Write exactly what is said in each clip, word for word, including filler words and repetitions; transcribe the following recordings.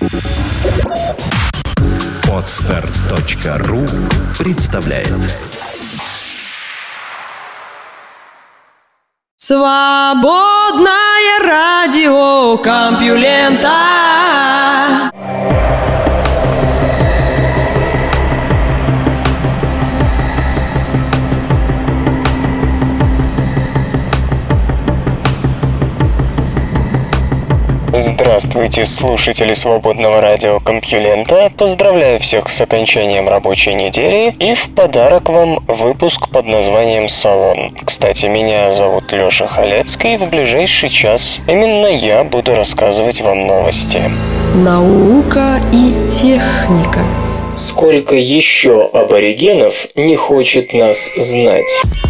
Подстар точка ру представляет. Свободное радио Компьюлента. Здравствуйте, слушатели свободного радио Компьюлента. Поздравляю всех с окончанием рабочей недели и в подарок вам выпуск под названием «Салон». Кстати, меня зовут Лёша Халецкий, и в ближайший час именно я буду рассказывать вам новости. Наука и техника. Сколько еще аборигенов не хочет нас знать?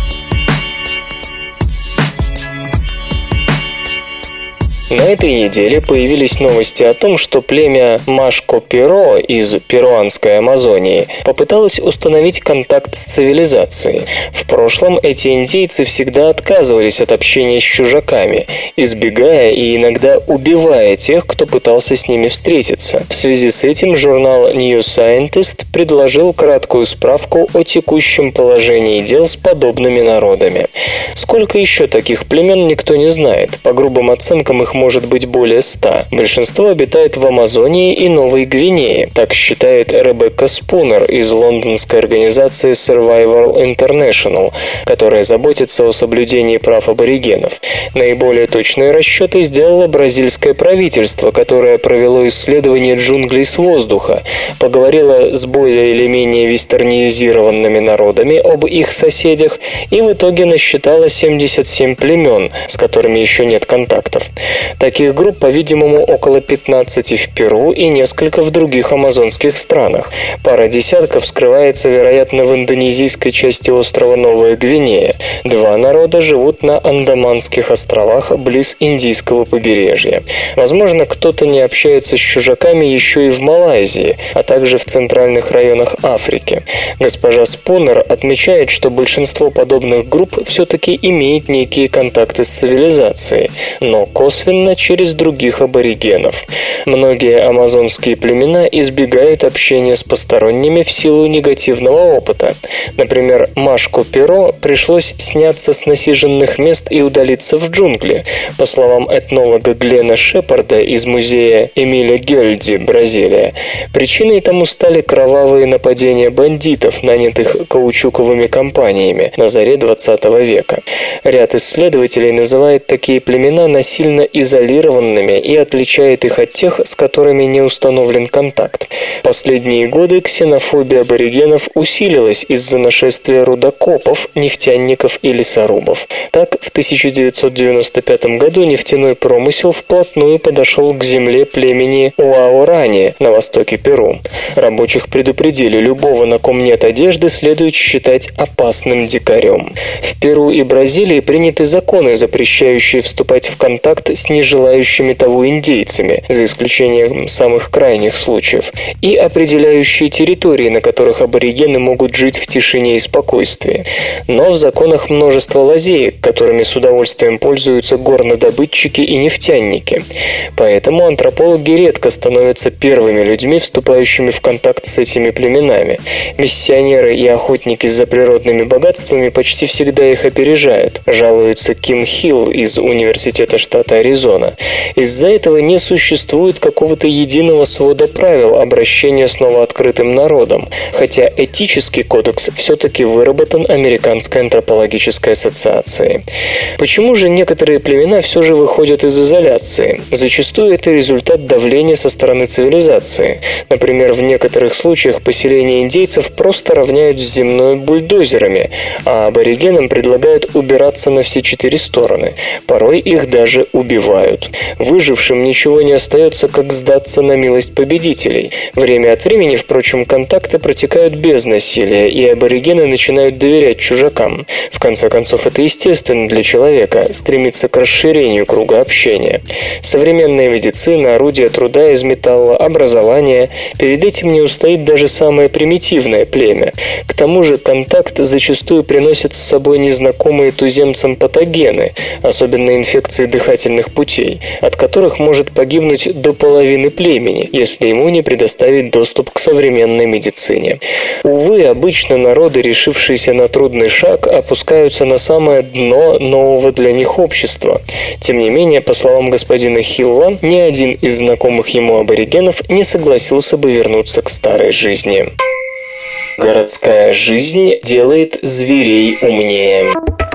На этой неделе появились новости о том, что племя Машко-Перо из перуанской Амазонии попыталось установить контакт с цивилизацией. В прошлом эти индейцы всегда отказывались от общения с чужаками, избегая и иногда убивая тех, кто пытался с ними встретиться. В связи с этим журнал New Scientist предложил краткую справку о текущем положении дел с подобными народами. Сколько еще таких племен, никто не знает. По грубым оценкам их может быть более ста. Большинство обитает в Амазонии и Новой Гвинее. Так считает Ребекка Спунер из лондонской организации Survival International, которая заботится о соблюдении прав аборигенов. Наиболее точные расчеты сделало бразильское правительство, которое провело исследование джунглей с воздуха, поговорило с более или менее вестернизированными народами об их соседях и в итоге насчитало семьдесят семь племен, с которыми еще нет контактов. Таких групп, по-видимому, около пятнадцати в Перу и несколько в других амазонских странах. Пара десятков скрывается, вероятно, в индонезийской части острова Новая Гвинея. Два народа живут на Андаманских островах близ Индийского побережья. Возможно, кто-то не общается с чужаками еще и в Малайзии, а также в центральных районах Африки. Госпожа Спунер отмечает, что большинство подобных групп все-таки имеет некие контакты с цивилизацией, но косвенно через других аборигенов. Многие амазонские племена избегают общения с посторонними в силу негативного опыта. Например, Машко-Перо пришлось сняться с насиженных мест и удалиться в джунгли. По словам этнолога Глена Шепарда из музея Эмиля Гёльди, Бразилия, причиной тому стали кровавые нападения бандитов, нанятых каучуковыми компаниями на заре двадцатого века. Ряд исследователей называет такие племена насильно изолированными и отличает их от тех, с которыми не установлен контакт. Последние годы ксенофобия аборигенов усилилась из-за нашествия рудокопов, нефтяников и лесорубов. Так, в тысяча девятьсот девяносто пятом году нефтяной промысел вплотную подошел к земле племени Уаорани на востоке Перу. Рабочих предупредили, любого, на ком нет одежды, следует считать опасным дикарем. В Перу и Бразилии приняты законы, запрещающие вступать в контакт с нежелающими того индейцами, за исключением самых крайних случаев, и определяющие территории, на которых аборигены могут жить в тишине и спокойствии. Но в законах множество лазеек, которыми с удовольствием пользуются горнодобытчики и нефтяники. Поэтому антропологи редко становятся первыми людьми, вступающими в контакт с этими племенами. Миссионеры и охотники за природными богатствами почти всегда их опережают, жалуется Ким Хилл из университета штата Аризона. Из-за этого не существует какого-то единого свода правил обращения с новооткрытым народом, хотя этический кодекс все-таки выработан Американской антропологической ассоциацией. Почему же некоторые племена все же выходят из изоляции? Зачастую это результат давления со стороны цивилизации. Например, в некоторых случаях поселения индейцев просто равняют с земной бульдозерами, а аборигенам предлагают убираться на все четыре стороны. Порой их даже убивают. Выжившим ничего не остается, как сдаться на милость победителей. Время от времени, впрочем, контакты протекают без насилия, и аборигены начинают доверять чужакам. В конце концов, это естественно для человека, стремиться к расширению круга общения. Современная медицина, орудия труда из металла, образование – перед этим не устоит даже самое примитивное племя. К тому же контакт зачастую приносит с собой незнакомые туземцам патогены, особенно инфекции дыхательных путей, путей, от которых может погибнуть до половины племени, если ему не предоставить доступ к современной медицине. Увы, обычно народы, решившиеся на трудный шаг, опускаются на самое дно нового для них общества. Тем не менее, по словам господина Хилла, ни один из знакомых ему аборигенов не согласился бы вернуться к старой жизни. Городская жизнь делает зверей умнее.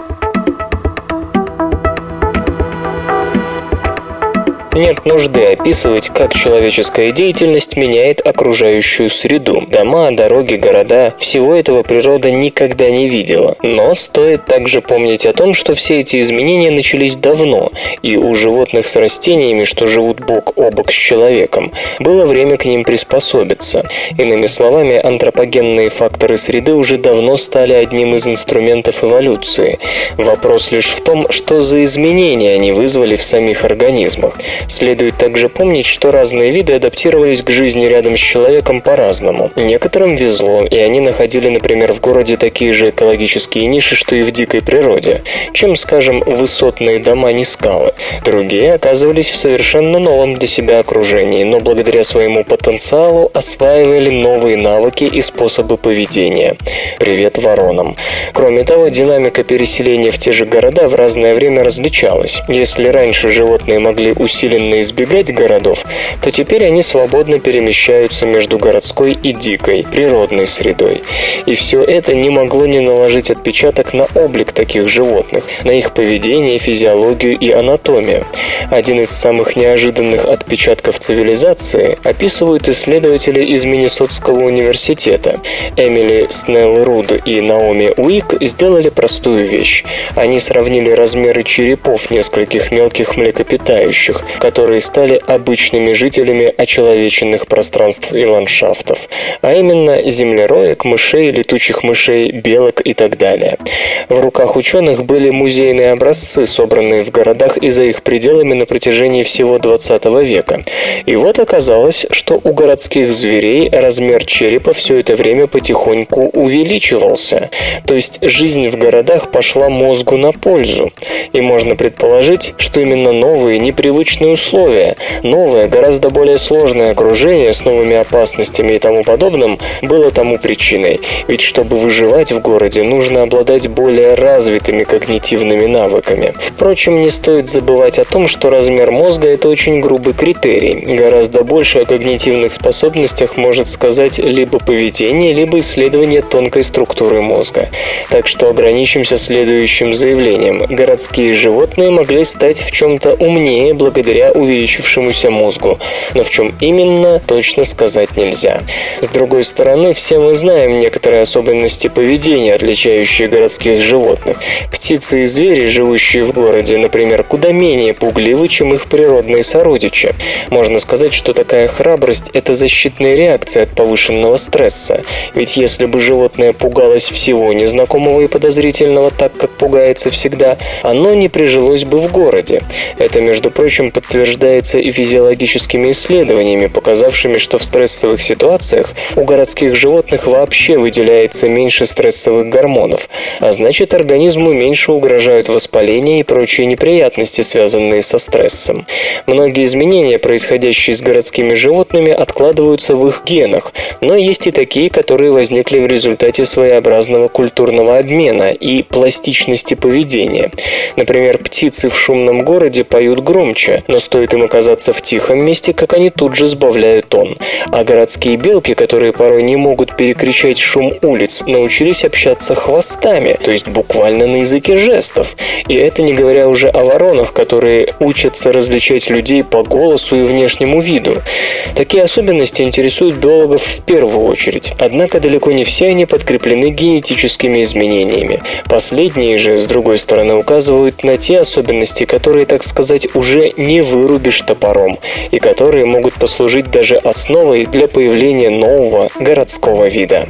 Нет нужды описывать, как человеческая деятельность меняет окружающую среду. Дома, дороги, города – всего этого природа никогда не видела. Но стоит также помнить о том, что все эти изменения начались давно, и у животных с растениями, что живут бок о бок с человеком, было время к ним приспособиться. Иными словами, антропогенные факторы среды уже давно стали одним из инструментов эволюции. Вопрос лишь в том, что за изменения они вызвали в самих организмах. Следует также помнить, что разные виды адаптировались к жизни рядом с человеком по-разному. Некоторым везло, и они находили, например, в городе такие же экологические ниши, что и в дикой природе, чем, скажем, высотные дома, не скалы. Другие оказывались в совершенно новом для себя окружении, но благодаря своему потенциалу осваивали новые навыки и способы поведения. Привет воронам. Кроме того, динамика переселения в те же города в разное время различалась. Если раньше животные могли усиленно избегать городов, то теперь они свободно перемещаются между городской и дикой, природной средой. И все это не могло не наложить отпечаток на облик таких животных, на их поведение, физиологию и анатомию. Один из самых неожиданных отпечатков цивилизации описывают исследователи из Миннесотского университета. Эмили Снелл Руд и Наоми Уик сделали простую вещь. Они сравнили размеры черепов нескольких мелких млекопитающих, которые стали обычными жителями очеловеченных пространств и ландшафтов, а именно землероек, мышей, летучих мышей, белок и так далее. В руках ученых были музейные образцы, собранные в городах и за их пределами на протяжении всего двадцатого века. И вот оказалось, что у городских зверей размер черепа все это время потихоньку увеличивался. То есть жизнь в городах пошла мозгу на пользу. И можно предположить, что именно новые, непривычные условия, новое, гораздо более сложное окружение с новыми опасностями и тому подобным было тому причиной. Ведь чтобы выживать в городе, нужно обладать более развитыми когнитивными навыками. Впрочем, не стоит забывать о том, что размер мозга – это очень грубый критерий. Гораздо больше о когнитивных способностях может сказать либо поведение, либо исследование тонкой структуры мозга. Так что ограничимся следующим заявлением. Городские животные могли стать в чем-то умнее благодаря увеличившемуся мозгу, но в чем именно, точно сказать нельзя. С другой стороны, все мы знаем некоторые особенности поведения, отличающие городских животных. Птицы и звери, живущие в городе, например, куда менее пугливы, чем их природные сородичи. Можно сказать, что такая храбрость – это защитная реакция от повышенного стресса. Ведь если бы животное пугалось всего незнакомого и подозрительного так, как пугается всегда, оно не прижилось бы в городе. Это, между прочим, подтверждается и физиологическими исследованиями, показавшими, что в стрессовых ситуациях у городских животных вообще выделяется меньше стрессовых гормонов, а значит, организму меньше угрожают воспаление и прочие неприятности, связанные со стрессом. Многие изменения, происходящие с городскими животными, откладываются в их генах, но есть и такие, которые возникли в результате своеобразного культурного обмена и пластичности поведения. Например, птицы в шумном городе поют громче, но стоит им оказаться в тихом месте, как они тут же сбавляют тон. А городские белки, которые порой не могут перекричать шум улиц, научились общаться хвостами, то есть буквально на языке жестов. И это не говоря уже о воронах, которые учатся различать людей по голосу и внешнему виду. Такие особенности интересуют биологов в первую очередь, однако далеко не все они подкреплены генетическими изменениями. Последние же, с другой стороны, указывают на те особенности, которые, так сказать, уже не вырубишь топором, и которые могут послужить даже основой для появления нового городского вида.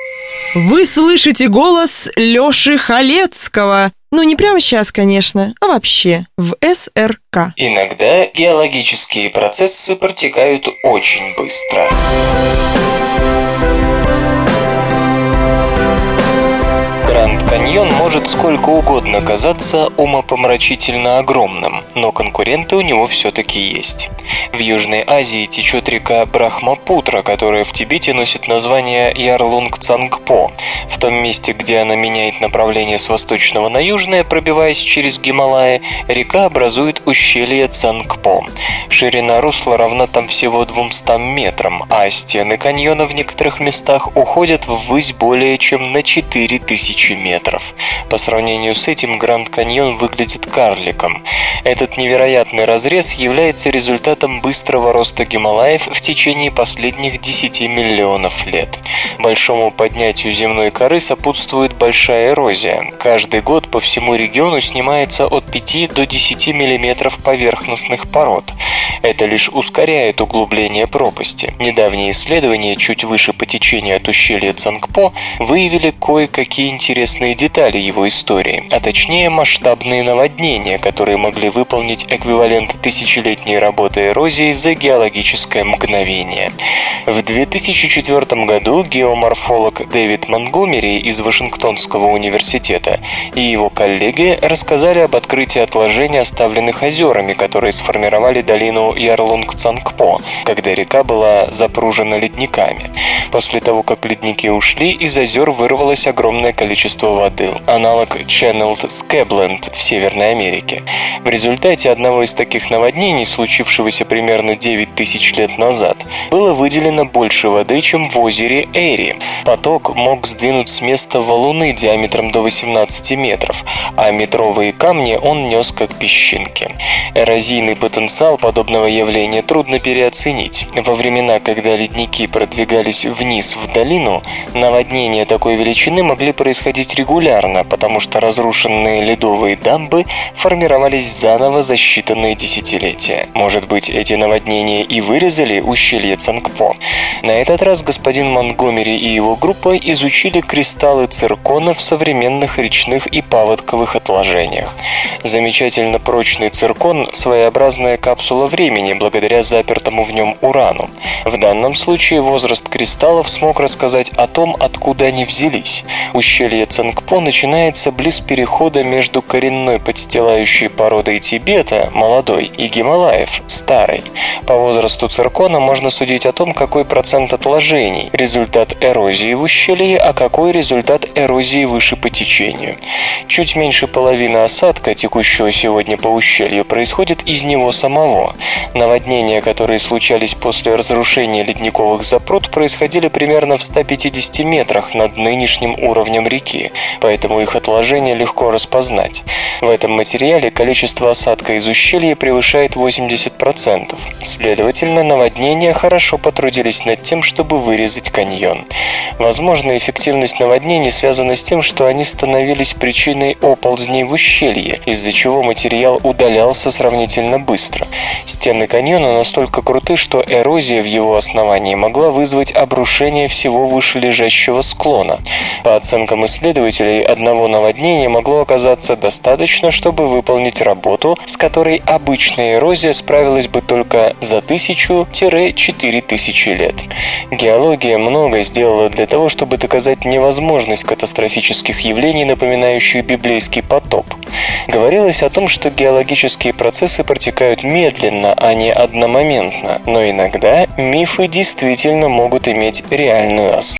Вы слышите голос Лёши Халецкого. Ну, не прямо сейчас, конечно, а вообще в эс эр ка. Иногда геологические процессы протекают очень быстро. Гранд каньон может сколько угодно казаться умопомрачительно огромным, но конкуренты у него все-таки есть. В Южной Азии течет река Брахмапутра, которая в Тибете носит название Ярлунг-Цангпо. В том месте, где она меняет направление с восточного на южное, пробиваясь через Гималаи, река образует ущелье Цангпо. Ширина русла равна там всего двумстам метрам, а стены каньона в некоторых местах уходят ввысь более чем на четыре тысячи метров. По сравнению с этим Гранд Каньон выглядит карликом. Этот невероятный разрез является результатом быстрого роста Гималаев в течение последних десяти миллионов лет. Большому поднятию земной коры сопутствует большая эрозия. Каждый год по всему региону снимается от пяти до десяти миллиметров поверхностных пород. Это лишь ускоряет углубление пропасти. Недавние исследования чуть выше по течению от ущелья Цангпо выявили кое-какие интересные детали его истории, а точнее масштабные наводнения, которые могли выполнить эквивалент тысячелетней работы эрозии за геологическое мгновение. В две тысячи четвёртом году геоморфолог Дэвид Монгомери из Вашингтонского университета и его коллеги рассказали об открытии отложений, оставленных озерами, которые сформировали долину Ярлунг-Цангпо, когда река была запружена ледниками. После того, как ледники ушли, из озер вырвалось огромное количество воды, аналог Channeled Scabland в Северной Америке. В результате одного из таких наводнений, случившегося примерно девять тысяч лет назад, было выделено больше воды, чем в озере Эри. Поток мог сдвинуть с места валуны диаметром до восемнадцати метров, а метровые камни он нес как песчинки. Эрозийный потенциал подобного явления трудно переоценить. Во времена, когда ледники продвигались вниз в долину, наводнения такой величины могли происходить регулярно, потому что разрушенные ледовые дамбы формировались заново за считанные десятилетия. Может быть, эти наводнения и вырезали ущелье Цангпо? На этот раз господин Монгомери и его группа изучили кристаллы циркона в современных речных и паводковых отложениях. Замечательно прочный циркон – своеобразная капсула времени благодаря запертому в нем урану. В данном случае возраст кристаллов смог рассказать о том, откуда они взялись. Ущелье Цангпо начинается близ перехода между коренной подстилающей породой Тибета, молодой, и Гималаев, старой. По возрасту циркона можно судить о том, какой процент отложений – результат эрозии в ущелье, а какой результат эрозии выше по течению. Чуть меньше половины осадка, текущего сегодня по ущелью, происходит из него самого. Наводнения, которые случались после разрушения ледниковых запрут, происходили примерно в ста пятидесяти метрах над нынешним уровнем реки, поэтому их отложения легко распознать. В этом материале количество осадка из ущелья превышает восемьдесят процентов. Следовательно, наводнения хорошо потрудились над тем, чтобы вырезать каньон. Возможно, эффективность наводнений связана с тем, что они становились причиной оползней в ущелье, из-за чего материал удалялся сравнительно быстро. Стены каньона настолько круты, что эрозия в его основании могла вызвать обрушение всего вышележащего склона. По оценкам исследователей, одного наводнения могло оказаться достаточно, чтобы выполнить работу, с которой обычная эрозия справилась бы только за тысячу-четыре тысячи лет. Геология много сделала для того, чтобы доказать невозможность катастрофических явлений, напоминающих библейский потоп. Говорилось о том, что геологические процессы протекают медленно, а не одномоментно, но иногда мифы действительно могут иметь реальную основу.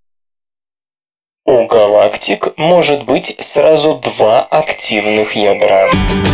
У галактик может быть сразу два активных ядра.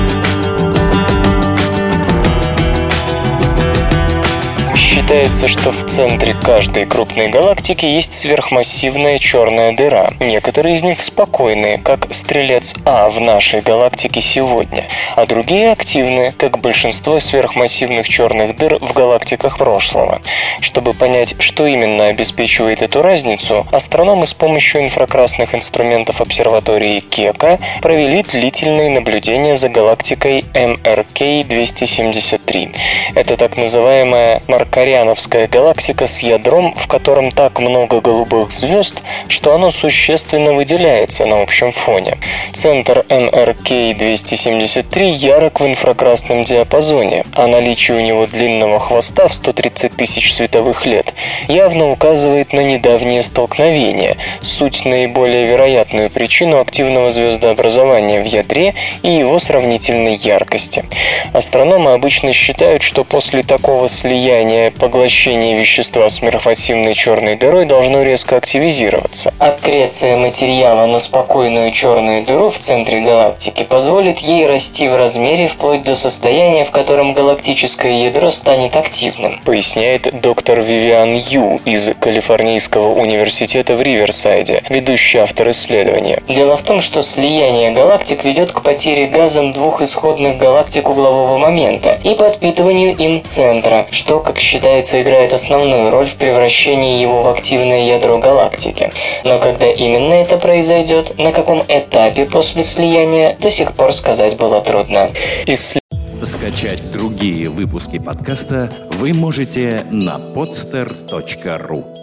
Считается, что в центре каждой крупной галактики есть сверхмассивная черная дыра. Некоторые из них спокойные, как Стрелец А в нашей галактике сегодня, а другие активны, как большинство сверхмассивных черных дыр в галактиках прошлого. Чтобы понять, что именно обеспечивает эту разницу, астрономы с помощью инфракрасных инструментов обсерватории Кека провели длительные наблюдения за галактикой эм эр кей двести семьдесят три. Это так называемая Маркарианская Мариановская галактика с ядром, в котором так много голубых звезд, что оно существенно выделяется на общем фоне. Центр эм эр кей двести семьдесят три ярок в инфракрасном диапазоне, а наличие у него длинного хвоста в сто тридцать тысяч световых лет явно указывает на недавнее столкновение, суть наиболее вероятную причину активного звездообразования в ядре и его сравнительной яркости. Астрономы обычно считают, что после такого слияния поглощение вещества с мирфативной черной дырой должно резко активизироваться. Аккреция материала на спокойную черную дыру в центре галактики позволит ей расти в размере вплоть до состояния, в котором галактическое ядро станет активным, поясняет доктор Вивиан Ю из Калифорнийского университета в Риверсайде, ведущий автор исследования. Дело в том, что слияние галактик ведет к потере газом двух исходных галактик углового момента и подпитыванию им центра, что, как считается, играет основную роль в превращении его в активное ядро галактики. Но когда именно это произойдет, на каком этапе после слияния, до сих пор сказать было трудно. Исслед... Скачать другие выпуски подкаста вы можете на podster точка ру.